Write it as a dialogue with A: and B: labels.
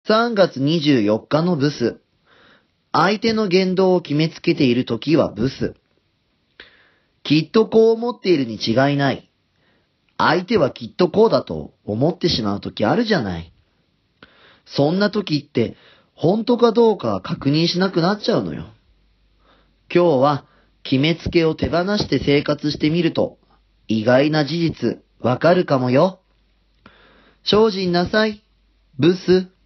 A: 3月24日のブス。相手の言動を決めつけているときはブス。きっとこう思っているに違いない。相手はきっとこうだと思ってしまうときあるじゃない。そんなときって本当かどうか確認しなくなっちゃうのよ。今日は決めつけを手放して生活してみると意外な事実わかるかもよ。精進なさい、ブス。